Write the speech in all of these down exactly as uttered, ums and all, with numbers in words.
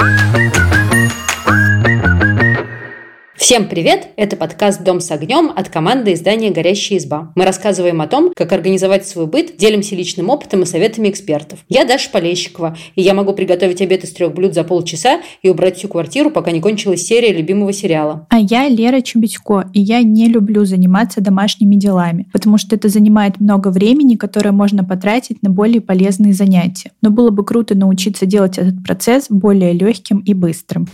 Всем привет! Это подкаст «Дом с огнем» от команды издания «Горящая изба». Мы рассказываем о том, как организовать свой быт, делимся личным опытом и советами экспертов. Я Даша Полещикова, и я могу приготовить обед из трех блюд за полчаса и убрать всю квартиру, пока не кончилась серия любимого сериала. А я Лера Чубитько, и я не люблю заниматься домашними делами, потому что это занимает много времени, которое можно потратить на более полезные занятия. Но было бы круто научиться делать этот процесс более легким и быстрым.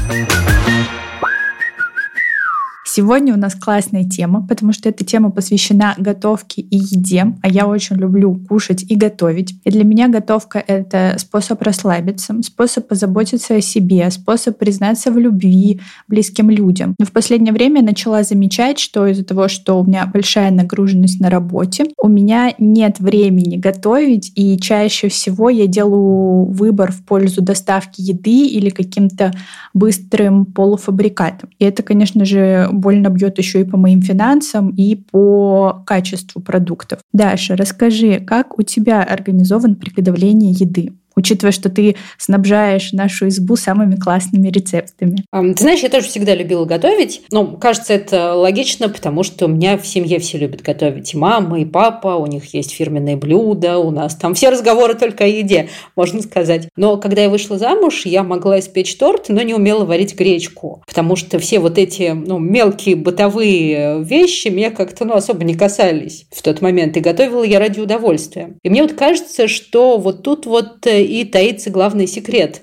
Сегодня у нас классная тема, потому что эта тема посвящена готовке и еде, а я очень люблю кушать и готовить. И для меня готовка — это способ расслабиться, способ позаботиться о себе, способ признаться в любви близким людям. Но в последнее время я начала замечать, что из-за того, что у меня большая нагруженность на работе, у меня нет времени готовить, и чаще всего я делаю выбор в пользу доставки еды или каким-то быстрым полуфабрикатом. И это, конечно же, больно бьет еще и по моим финансам, и по качеству продуктов. Даша, расскажи, как у тебя организован приготовление еды? Учитывая, что ты снабжаешь нашу избу самыми классными рецептами. Ты знаешь, я тоже всегда любила готовить. Но, кажется, это логично, потому что у меня в семье все любят готовить. И мама, и папа, у них есть фирменные блюда, у нас там все разговоры только о еде, можно сказать. Но когда я вышла замуж, я могла испечь торт, но не умела варить гречку. Потому что все вот эти ну, мелкие бытовые вещи меня как-то ну, особо не касались в тот момент. И готовила я ради удовольствия. И мне вот кажется, что вот тут вот и таится главный секрет,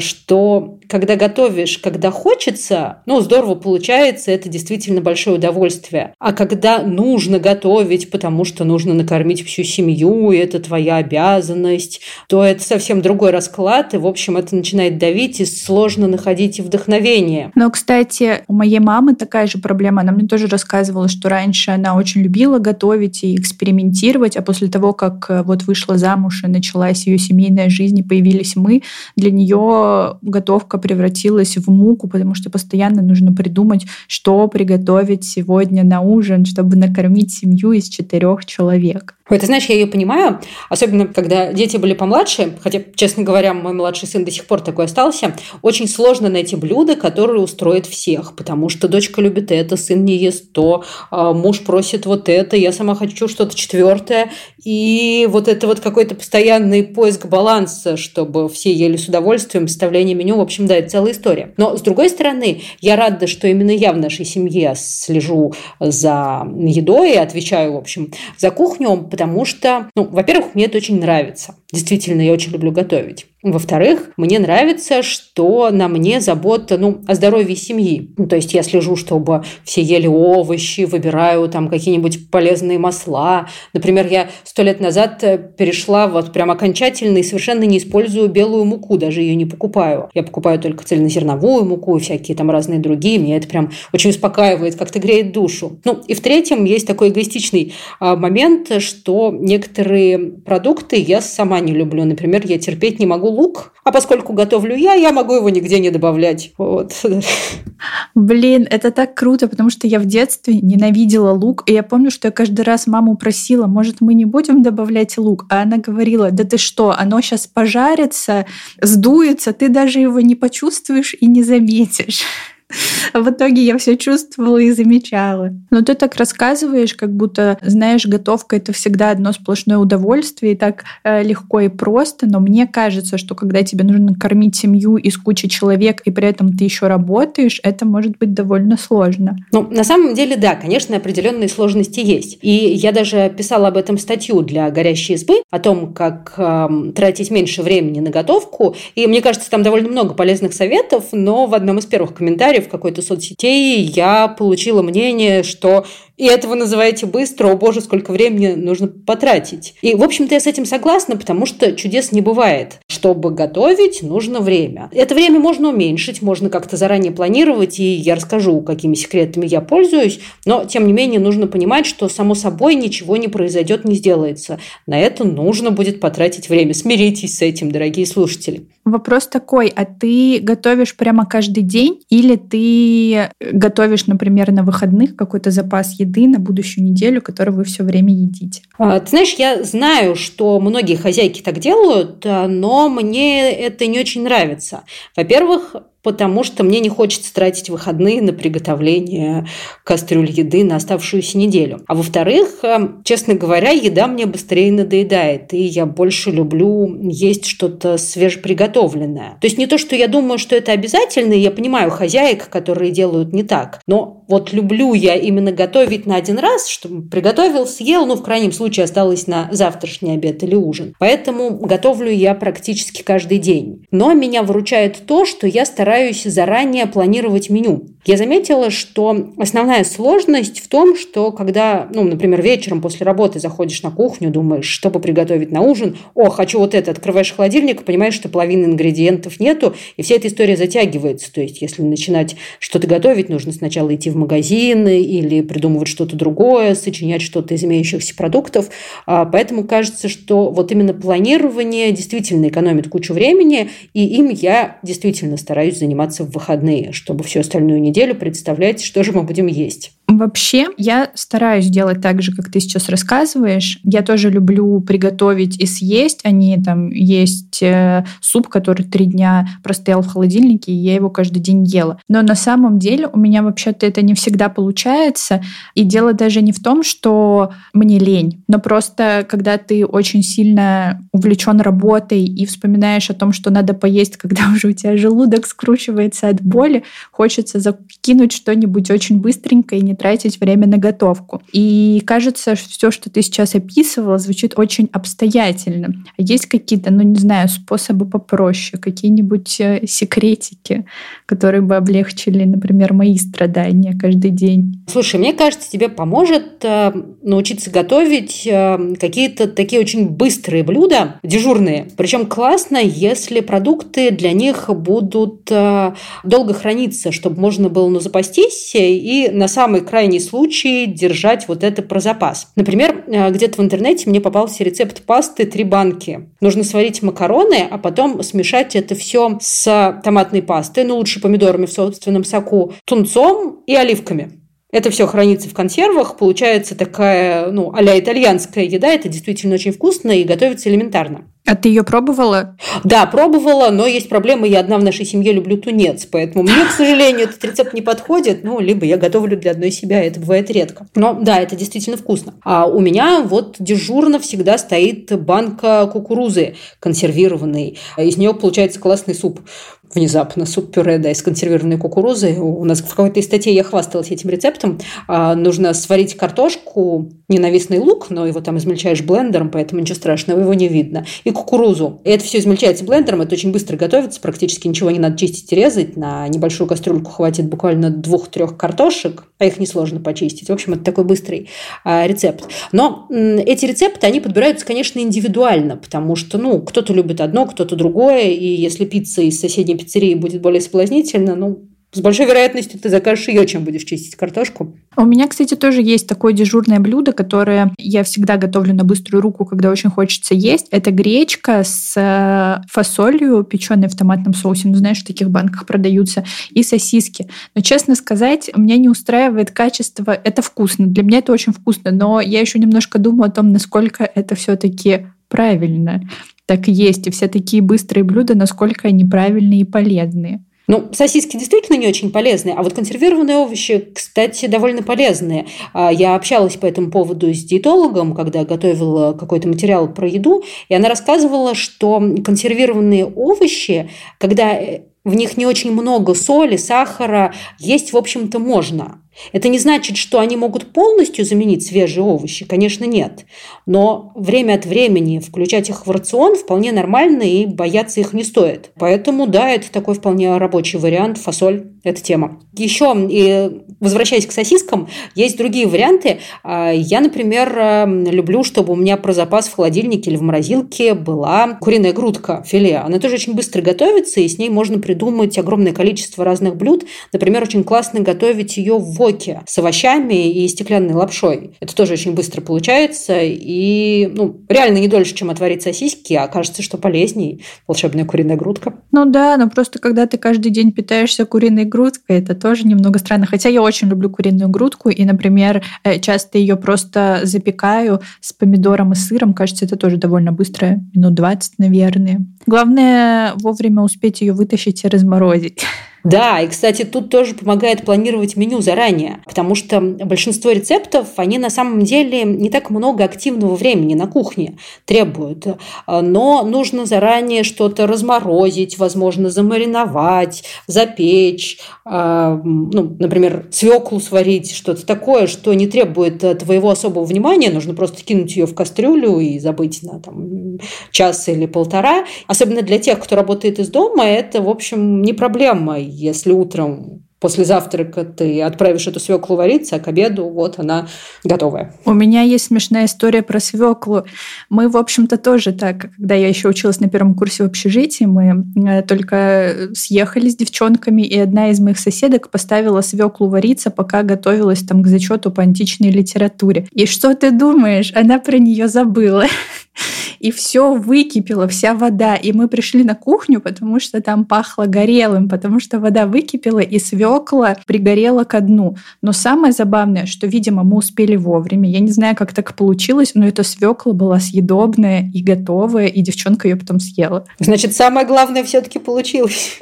что когда готовишь, когда хочется, ну, здорово получается, это действительно большое удовольствие. А когда нужно готовить, потому что нужно накормить всю семью, и это твоя обязанность, то это совсем другой расклад, и, в общем, это начинает давить, и сложно находить вдохновение. Но, кстати, у моей мамы такая же проблема. Она мне тоже рассказывала, что раньше она очень любила готовить и экспериментировать, а после того, как вот вышла замуж и началась ее семейная жизнь, не появились мы, для нее готовка превратилась в муку, потому что постоянно нужно придумать, что приготовить сегодня на ужин, чтобы накормить семью из четырех человек. Ой, ты знаешь, я ее понимаю, особенно когда дети были помладше, хотя, честно говоря, мой младший сын до сих пор такой остался, очень сложно найти блюдо, которое устроит всех, потому что дочка любит это, сын не ест то, муж просит вот это, я сама хочу что-то четвертое, и вот это вот какой-то постоянный поиск баланса, чтобы все ели с удовольствием, составление меню, в общем, да, это целая история. Но, с другой стороны, я рада, что именно я в нашей семье слежу за едой и отвечаю, в общем, за кухню, потому что, ну, во-первых, мне это очень нравится. Действительно, я очень люблю готовить. Во-вторых, мне нравится, что на мне забота ну, о здоровье семьи. Ну, то есть я слежу, чтобы все ели овощи, выбираю там какие-нибудь полезные масла. Например, я сто лет назад перешла вот прям окончательно и совершенно не использую белую муку, даже ее не покупаю. Я покупаю только цельнозерновую муку и всякие там разные другие. Меня это прям очень успокаивает, как-то греет душу. Ну, и в-третьем, есть такой эгоистичный момент, что некоторые продукты я сама не люблю. Например, я терпеть не могу лук, а поскольку готовлю я, я могу его нигде не добавлять. Вот. Блин, это так круто, потому что я в детстве ненавидела лук, и я помню, что я каждый раз маму просила, может, мы не будем добавлять лук, а она говорила, да ты что, оно сейчас пожарится, сдуется, ты даже его не почувствуешь и не заметишь. А в итоге я все чувствовала и замечала. Но ты так рассказываешь, как будто, знаешь, готовка — это всегда одно сплошное удовольствие, и так э, легко и просто. Но мне кажется, что когда тебе нужно кормить семью из кучи человек, и при этом ты еще работаешь, это может быть довольно сложно. Ну, на самом деле, да, конечно, определенные сложности есть. И я даже писала об этом статью для «Горящей избы», о том, как э, тратить меньше времени на готовку. И мне кажется, там довольно много полезных советов, но в одном из первых комментариев в какой-то соцсети я получила мнение, что и это вы называете быстро, о боже, сколько времени нужно потратить. И, в общем-то, я с этим согласна, потому что чудес не бывает. Чтобы готовить, нужно время. Это время можно уменьшить, можно как-то заранее планировать, и я расскажу, какими секретами я пользуюсь, но, тем не менее, нужно понимать, что, само собой, ничего не произойдет, не сделается. На это нужно будет потратить время. Смиритесь с этим, дорогие слушатели. Вопрос такой, а ты готовишь прямо каждый день или ты готовишь, например, на выходных какой-то запас еды еды на будущую неделю, которую вы все время едите? Ты знаешь, я знаю, что многие хозяйки так делают, но мне это не очень нравится. Во-первых, потому что мне не хочется тратить выходные на приготовление кастрюль еды на оставшуюся неделю. А во-вторых, честно говоря, еда мне быстрее надоедает, и я больше люблю есть что-то свежеприготовленное. То есть не то, что я думаю, что это обязательно, я понимаю хозяек, которые делают не так, но вот люблю я именно готовить на один раз, чтобы приготовил, съел, ну, в крайнем случае осталось на завтрашний обед или ужин. Поэтому готовлю я практически каждый день. Но меня выручает то, что я стараюсь заранее планировать меню. Я заметила, что основная сложность в том, что когда, ну, например, вечером после работы заходишь на кухню, думаешь, чтобы приготовить на ужин, о, хочу вот это, открываешь холодильник, понимаешь, что половины ингредиентов нету, и вся эта история затягивается. То есть, если начинать что-то готовить, нужно сначала идти в магазин или придумывать что-то другое, сочинять что-то из имеющихся продуктов. Поэтому кажется, что вот именно планирование действительно экономит кучу времени, и им я действительно стараюсь заниматься в выходные, чтобы всю остальную неделю представлять, что же мы будем есть. Вообще, я стараюсь делать так же, как ты сейчас рассказываешь. Я тоже люблю приготовить и съесть, а не там есть э, суп, который три дня простоял в холодильнике, и я его каждый день ела. Но на самом деле у меня вообще-то это не всегда получается. И дело даже не в том, что мне лень, но просто когда ты очень сильно увлечен работой и вспоминаешь о том, что надо поесть, когда уже у тебя желудок скручивается от боли, хочется закинуть что-нибудь очень быстренько и не тратить время на готовку. И кажется, что все, что ты сейчас описывала, звучит очень обстоятельно. А есть какие-то, ну не знаю, способы попроще, какие-нибудь секретики, которые бы облегчили, например, мои страдания каждый день? Слушай, мне кажется, тебе поможет э, научиться готовить э, какие-то такие очень быстрые блюда, дежурные. Причем классно, если продукты для них будут э, долго храниться, чтобы можно было, ну, запастись и на самый крайний случай держать вот это про запас. Например, где-то в интернете мне попался рецепт пасты три банки. Нужно сварить макароны, а потом смешать это все с томатной пастой, ну лучше помидорами в собственном соку, тунцом и оливками. Это все хранится в консервах, получается такая, ну, а-ля итальянская еда. Это действительно очень вкусно и готовится элементарно. А ты ее пробовала? Да, пробовала, но есть проблема, я одна в нашей семье люблю тунец, поэтому мне, к сожалению, этот рецепт не подходит, ну, либо я готовлю для одной себя, это бывает редко. Но да, это действительно вкусно. А у меня вот дежурно всегда стоит банка кукурузы консервированной, из нее получается классный суп. Внезапно суп-пюре, да, из консервированной кукурузы. У нас в какой-то из статей я хвасталась этим рецептом. А, нужно сварить картошку, ненавистный лук, но его там измельчаешь блендером, поэтому ничего страшного, его не видно. И кукурузу. И это все измельчается блендером, это очень быстро готовится, практически ничего не надо чистить и резать. На небольшую кастрюльку хватит буквально двух-трех картошек, а их несложно почистить. В общем, это такой быстрый а, рецепт. Но м, эти рецепты, они подбираются, конечно, индивидуально, потому что, ну, кто-то любит одно, кто-то другое, и если пицца из соседней пиццерии будет более соблазнительно, ну, с большой вероятностью ты закажешь ее, чем будешь чистить картошку. У меня, кстати, тоже есть такое дежурное блюдо, которое я всегда готовлю на быструю руку, когда очень хочется есть. Это гречка с фасолью, печеной в томатном соусе. Ну, знаешь, в таких банках продаются. И сосиски. Но, честно сказать, меня не устраивает качество. Это вкусно. Для меня это очень вкусно. Но я еще немножко думаю о том, насколько это все-таки правильно так есть. И все такие быстрые блюда, насколько они правильные и полезные. Ну, сосиски действительно не очень полезные, а вот консервированные овощи, кстати, довольно полезные. Я общалась по этому поводу с диетологом, когда готовила какой-то материал про еду, и она рассказывала, что консервированные овощи, когда в них не очень много соли, сахара, есть, в общем-то, можно. Это не значит, что они могут полностью заменить свежие овощи, конечно, нет. Но время от времени включать их в рацион вполне нормально и бояться их не стоит. Поэтому, да, это такой вполне рабочий вариант. Фасоль – это тема. Еще, и возвращаясь к сосискам, есть другие варианты. Я, например, люблю, чтобы у меня про запас в холодильнике или в морозилке была куриная грудка, филе. Она тоже очень быстро готовится, и с ней можно придумать огромное количество разных блюд. Например, очень классно готовить ее в с овощами и стеклянной лапшой. Это тоже очень быстро получается. И ну, реально не дольше, чем отварить сосиски, а кажется, что полезнее волшебная куриная грудка. Ну да, но просто когда ты каждый день питаешься куриной грудкой, грудка, это тоже немного странно. Хотя я очень люблю куриную грудку, и, например, часто ее просто запекаю с помидором и сыром. Кажется, это тоже довольно быстро, минут двадцать, наверное. Главное вовремя успеть ее вытащить и разморозить. Да, и, кстати, тут тоже помогает планировать меню заранее, потому что большинство рецептов, они на самом деле не так много активного времени на кухне требуют, но нужно заранее что-то разморозить, возможно, замариновать, запечь, ну, например, свеклу сварить, что-то такое, что не требует твоего особого внимания, нужно просто кинуть ее в кастрюлю и забыть на там, час или полтора. Особенно для тех, кто работает из дома, это, в общем, не проблема. Если утром после завтрака ты отправишь эту свеклу вариться, а к обеду вот она готовая. У меня есть смешная история про свеклу. Мы, в общем-то, тоже так, когда я еще училась на первом курсе в общежитии, мы только съехали с девчонками, и одна из моих соседок поставила свеклу вариться, пока готовилась там к зачету по античной литературе. И что ты думаешь? Она про нее забыла. И все выкипело, вся вода. И мы пришли на кухню, потому что там пахло горелым, потому что вода выкипела, и свекла пригорела ко дну. Но самое забавное, что, видимо, мы успели вовремя. Я не знаю, как так получилось, но эта свекла была съедобная и готовая, и девчонка ее потом съела. Значит, самое главное все-таки получилось.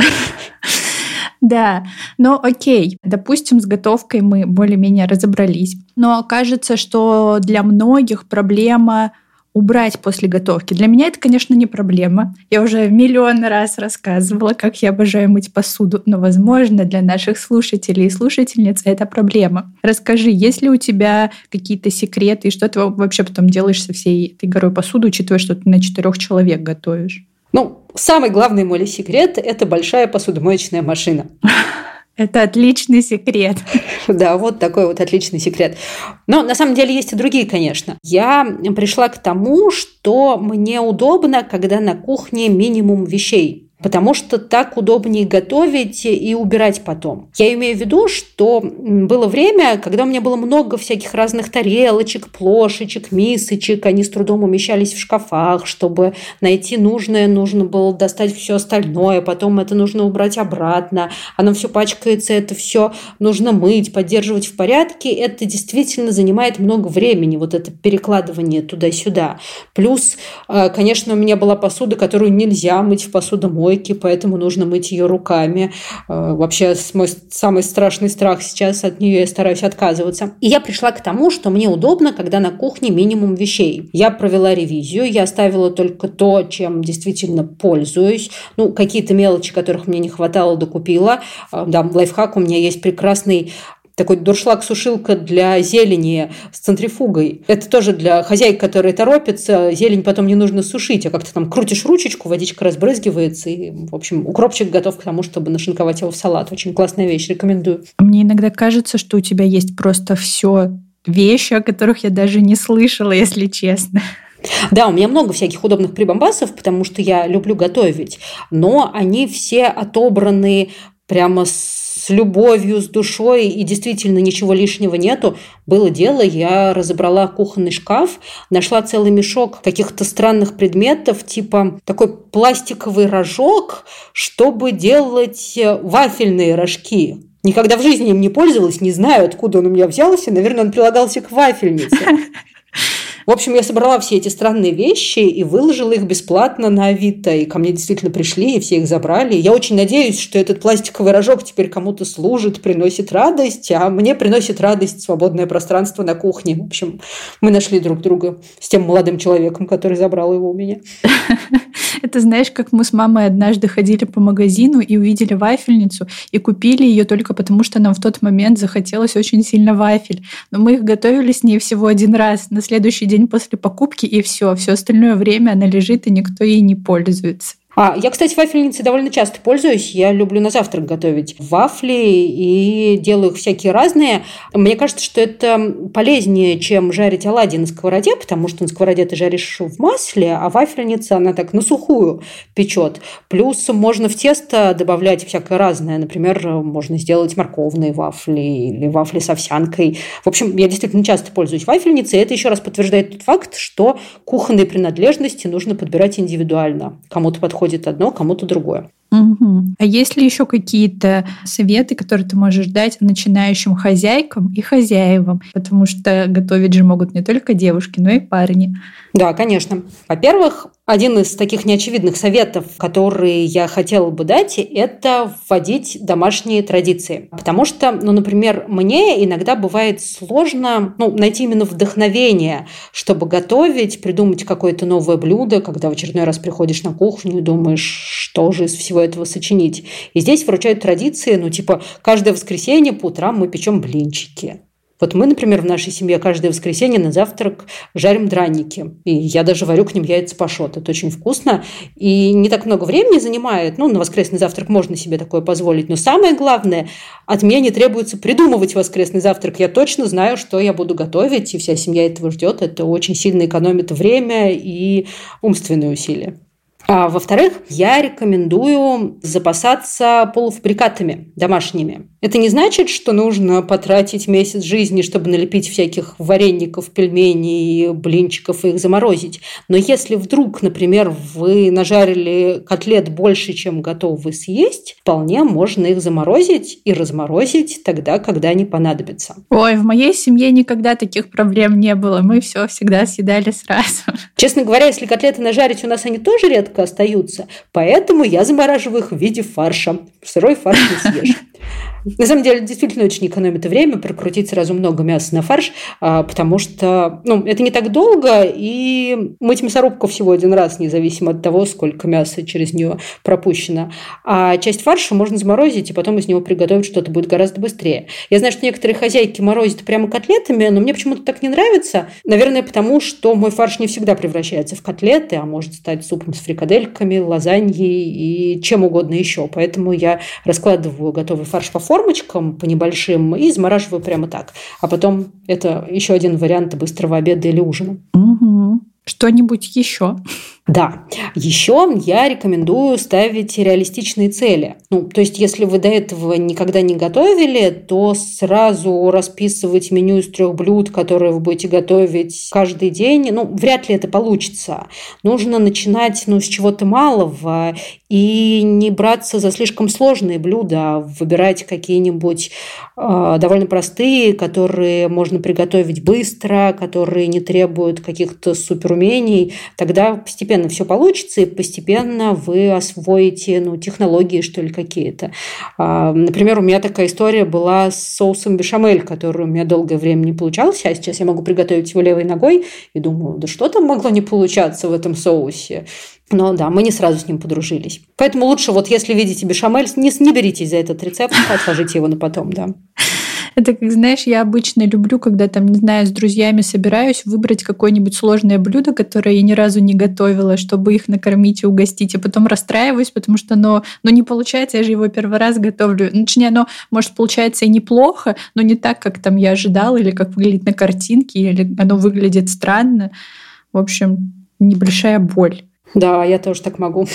Да, но окей, допустим, с готовкой мы более-менее разобрались. Но кажется, что для многих проблема убрать после готовки. Для меня это, конечно, не проблема. Я уже миллион раз рассказывала, как я обожаю мыть посуду, но, возможно, для наших слушателей и слушательниц это проблема. Расскажи, есть ли у тебя какие-то секреты, и что ты вообще потом делаешь со всей этой горой посуды, учитывая, что ты на четырех человек готовишь? Ну, самый главный мой секрет – это большая посудомоечная машина. Это отличный секрет. Да, вот такой вот отличный секрет. Но на самом деле есть и другие, конечно. Я пришла к тому, что мне удобно, когда на кухне минимум вещей. Потому что так удобнее готовить и убирать потом. Я имею в виду, что было время, когда у меня было много всяких разных тарелочек, плошечек, мисочек. Они с трудом умещались в шкафах. Чтобы найти нужное, нужно было достать все остальное. Потом это нужно убрать обратно. Оно все пачкается, это все нужно мыть, поддерживать в порядке. Это действительно занимает много времени, вот это перекладывание туда-сюда. Плюс, конечно, у меня была посуда, которую нельзя мыть в посудомойке, поэтому нужно мыть ее руками. Вообще, мой самый страшный страх сейчас, от нее я стараюсь отказываться. И я пришла к тому, что мне удобно, когда на кухне минимум вещей. Я провела ревизию, я оставила только то, чем действительно пользуюсь. Ну, какие-то мелочи, которых мне не хватало, докупила. Да, лайфхак, у меня есть прекрасный такой дуршлаг-сушилка для зелени с центрифугой. Это тоже для хозяек, которые торопятся. Зелень потом не нужно сушить, а как-то там крутишь ручечку, водичка разбрызгивается. И, в общем, укропчик готов к тому, чтобы нашинковать его в салат. Очень классная вещь, рекомендую. Мне иногда кажется, что у тебя есть просто все вещи, о которых я даже не слышала, если честно. Да, у меня много всяких удобных прибамбасов, потому что я люблю готовить. Но они все отобраны прямо с с любовью, с душой, и действительно ничего лишнего нету. Было дело, я разобрала кухонный шкаф, нашла целый мешок каких-то странных предметов, типа такой пластиковый рожок, чтобы делать вафельные рожки. Никогда в жизни им не пользовалась, не знаю, откуда он у меня взялся. Наверное, он прилагался к вафельнице. В общем, я собрала все эти странные вещи и выложила их бесплатно на Авито. И ко мне действительно пришли, и все их забрали. Я очень надеюсь, что этот пластиковый рожок теперь кому-то служит, приносит радость, а мне приносит радость свободное пространство на кухне. В общем, мы нашли друг друга с тем молодым человеком, который забрал его у меня. Это знаешь, как мы с мамой однажды ходили по магазину и увидели вафельницу, и купили ее только потому, что нам в тот момент захотелось очень сильно вафель. Но мы их готовили с ней всего один раз, на следующий день после покупки, и все. Все остальное время она лежит, и никто ей не пользуется. А, я, кстати, вафельницей довольно часто пользуюсь. Я люблю на завтрак готовить вафли и делаю их всякие разные. Мне кажется, что это полезнее, чем жарить оладьи на сковороде, потому что на сковороде ты жаришь в масле, а вафельница, она так на сухую печет. Плюс можно в тесто добавлять всякое разное. Например, можно сделать морковные вафли или вафли с овсянкой. В общем, я действительно часто пользуюсь вафельницей, и это еще раз подтверждает тот факт, что кухонные принадлежности нужно подбирать индивидуально. Кому-то подходит одно, кому-то другое. Угу. А есть ли еще какие-то советы, которые ты можешь дать начинающим хозяйкам и хозяевам? Потому что готовить же могут не только девушки, но и парни. Да, конечно. Во-первых, один из таких неочевидных советов, которые я хотела бы дать, это вводить домашние традиции. Потому что, ну, например, мне иногда бывает сложно ну, найти именно вдохновение, чтобы готовить, придумать какое-то новое блюдо, когда в очередной раз приходишь на кухню и думаешь, что же из всего этого сочинить. И здесь вручают традиции, ну, типа, каждое воскресенье по утрам мы печем блинчики. Вот мы, например, в нашей семье каждое воскресенье на завтрак жарим драники. И я даже варю к ним яйца пашот. Это очень вкусно. И не так много времени занимает. Ну, на воскресный завтрак можно себе такое позволить. Но самое главное, от меня не требуется придумывать воскресный завтрак. Я точно знаю, что я буду готовить, и вся семья этого ждет. Это очень сильно экономит время и умственные усилия. А во-вторых, я рекомендую запасаться полуфабрикатами домашними. Это не значит, что нужно потратить месяц жизни, чтобы налепить всяких вареников, пельменей, блинчиков и их заморозить. Но если вдруг, например, вы нажарили котлет больше, чем готовы съесть, вполне можно их заморозить и разморозить тогда, когда они понадобятся. Ой, в моей семье никогда таких проблем не было. Мы все всегда съедали сразу. Честно говоря, если котлеты нажарить, у нас они тоже редко остаются, поэтому я замораживаю их в виде фарша. Сырой фарш не съешь. На самом деле, действительно очень экономит время прокрутить сразу много мяса на фарш, потому что ну, это не так долго, и мыть мясорубку всего один раз, независимо от того, сколько мяса через нее пропущено. А часть фарша можно заморозить, и потом из него приготовить что-то будет гораздо быстрее. Я знаю, что некоторые хозяйки морозят прямо котлетами, но мне почему-то так не нравится. Наверное, потому что мой фарш не всегда превращается в котлеты, а может стать супом с фрикадельками, лазаньей и чем угодно еще. Поэтому я раскладываю готовый фарш по формочкам, по небольшим, и замораживаю прямо так. А потом это еще один вариант быстрого обеда или ужина. Угу. Что-нибудь еще? Да. Еще я рекомендую ставить реалистичные цели. Ну, то есть, если вы до этого никогда не готовили, то сразу расписывать меню из трех блюд, которые вы будете готовить каждый день, ну, вряд ли это получится. Нужно начинать, ну, с чего-то малого и не браться за слишком сложные блюда, а выбирать какие-нибудь э, довольно простые, которые можно приготовить быстро, которые не требуют каких-то суперумений. Тогда постепенно все получится, и постепенно вы освоите ну, технологии, что ли, какие-то. Например, у меня такая история была с соусом бешамель, который у меня долгое время не получался, а сейчас я могу приготовить его левой ногой и думаю, да что там могло не получаться в этом соусе? Но да, мы не сразу с ним подружились. Поэтому лучше, вот если видите бешамель, не, не беритесь за этот рецепт, отложите его на потом, да. Это, как знаешь, я обычно люблю, когда там, не знаю, с друзьями собираюсь, выбрать какое-нибудь сложное блюдо, которое я ни разу не готовила, чтобы их накормить и угостить, а потом расстраиваюсь, потому что оно ну, не получается, я же его первый раз готовлю. Ну, точнее, оно, может, получается и неплохо, но не так, как там я ожидала, или как выглядит на картинке, или оно выглядит странно. В общем, небольшая боль. Да, я тоже так могу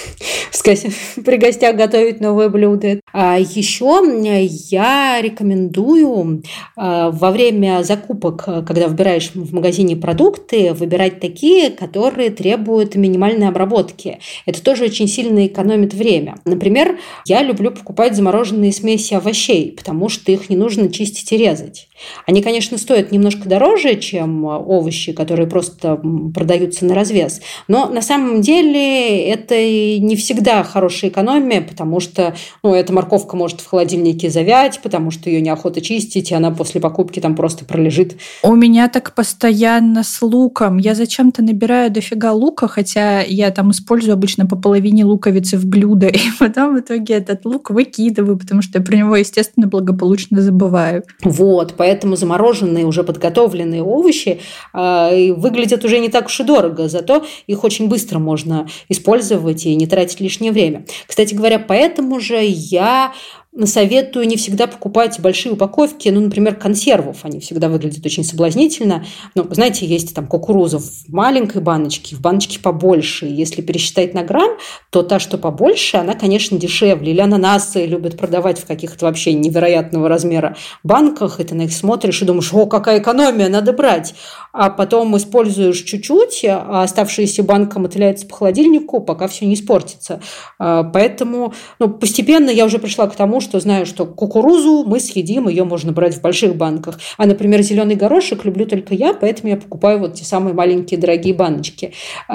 при гостях готовить новые блюда. А еще я рекомендую во время закупок, когда выбираешь в магазине продукты, выбирать такие, которые требуют минимальной обработки. Это тоже очень сильно экономит время. Например, я люблю покупать замороженные смеси овощей, потому что их не нужно чистить и резать. Они, конечно, стоят немножко дороже, чем овощи, которые просто продаются на развес, но на самом деле это не всегда хорошая экономия, потому что ну, эта морковка может в холодильнике завять, потому что ее неохота чистить, и она после покупки там просто пролежит. У меня так постоянно с луком. Я зачем-то набираю дофига лука, хотя я там использую обычно по половине луковицы в блюдо, и потом в итоге этот лук выкидываю, потому что я про него, естественно, благополучно забываю. Вот, поэтому замороженные, уже подготовленные овощи э, выглядят уже не так уж и дорого, зато их очень быстро можно использовать и не тратить лишнее время. Кстати говоря, поэтому же я советую не всегда покупать большие упаковки, ну, например, консервов. Они всегда выглядят очень соблазнительно. Ну, знаете, есть там кукуруза в маленькой баночке, в баночке побольше. Если пересчитать на грамм, то та, что побольше, она, конечно, дешевле. Или ананасы любят продавать в каких-то вообще невероятного размера банках, и ты на их смотришь и думаешь: о, какая экономия, надо брать. А потом используешь чуть-чуть, а оставшаяся банка мотыляется по холодильнику, пока все не испортится. Поэтому ну, постепенно я уже пришла к тому, что знаю, что кукурузу мы съедим, ее можно брать в больших банках. А, например, зеленый горошек люблю только я, поэтому я покупаю вот те самые маленькие дорогие баночки.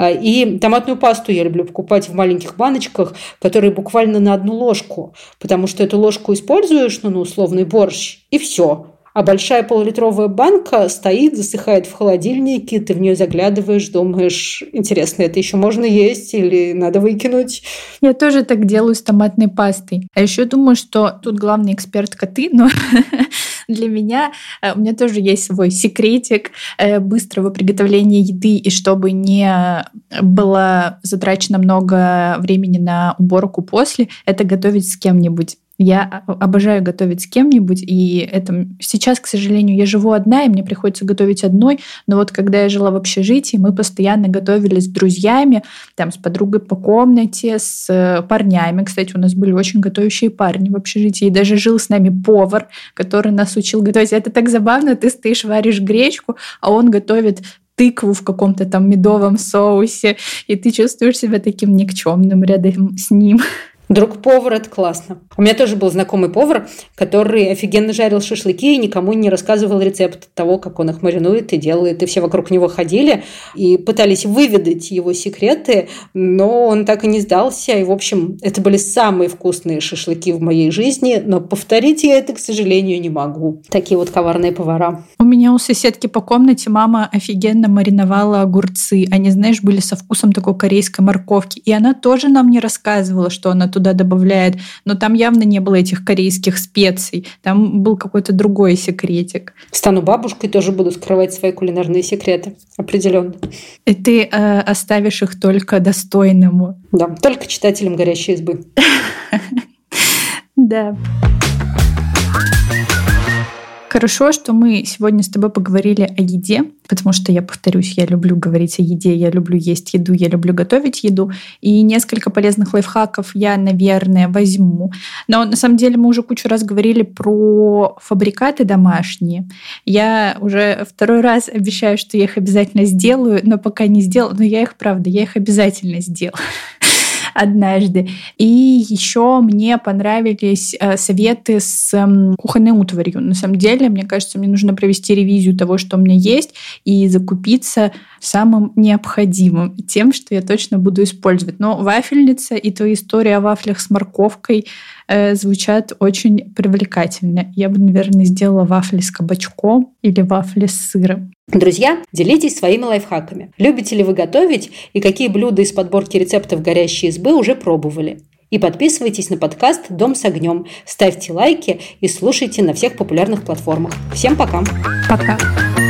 И томатную пасту я люблю покупать в маленьких баночках, которые буквально на одну ложку, потому что эту ложку используешь, ну, на условный борщ, и все. А большая полулитровая банка стоит, засыхает в холодильнике, ты в нее заглядываешь, думаешь: интересно, это еще можно есть или надо выкинуть? Я тоже так делаю с томатной пастой. А еще думаю, что тут главный экспертка ты, но для меня у меня тоже есть свой секретик быстрого приготовления еды, и чтобы не было затрачено много времени на уборку после, это готовить с кем-нибудь. Я обожаю готовить с кем-нибудь, и это сейчас, к сожалению, я живу одна, и мне приходится готовить одной, но вот когда я жила в общежитии, мы постоянно готовили с друзьями, там, с подругой по комнате, с парнями. Кстати, у нас были очень готовящие парни в общежитии, и даже жил с нами повар, который нас учил готовить. Это так забавно, ты стоишь, варишь гречку, а он готовит тыкву в каком-то там медовом соусе, и ты чувствуешь себя таким никчемным рядом с ним. Друг-повар – это классно. У меня тоже был знакомый повар, который офигенно жарил шашлыки и никому не рассказывал рецепт того, как он их маринует и делает. И все вокруг него ходили и пытались выведать его секреты, но он так и не сдался. И, в общем, это были самые вкусные шашлыки в моей жизни, но повторить я это, к сожалению, не могу. Такие вот коварные повара. У меня у соседки по комнате мама офигенно мариновала огурцы. Они, знаешь, были со вкусом такой корейской морковки. И она тоже нам не рассказывала, что она тут туда добавляет, но там явно не было этих корейских специй, там был какой-то другой секретик. Стану бабушкой, тоже буду скрывать свои кулинарные секреты, определенно. И ты э, оставишь их только достойному. Да, только читателям «Горящей избы». Да. Хорошо, что мы сегодня с тобой поговорили о еде, потому что, я повторюсь, я люблю говорить о еде, я люблю есть еду, я люблю готовить еду, и несколько полезных лайфхаков я, наверное, возьму. Но на самом деле мы уже кучу раз говорили про фабрикаты домашние. Я уже второй раз обещаю, что я их обязательно сделаю, но пока не сделала, но я их, правда, я их обязательно сделаю однажды. И еще мне понравились советы с кухонной утварью. На самом деле, мне кажется, мне нужно провести ревизию того, что у меня есть, и закупиться самым необходимым, тем, что я точно буду использовать. Но вафельница и твоя история о вафлях с морковкой э, звучат очень привлекательно. Я бы, наверное, сделала вафли с кабачком или вафли с сыром. Друзья, делитесь своими лайфхаками. Любите ли вы готовить и какие блюда из подборки рецептов «Горящей избы» уже пробовали? И подписывайтесь на подкаст «Дом с огнем», ставьте лайки и слушайте на всех популярных платформах. Всем пока! Пока!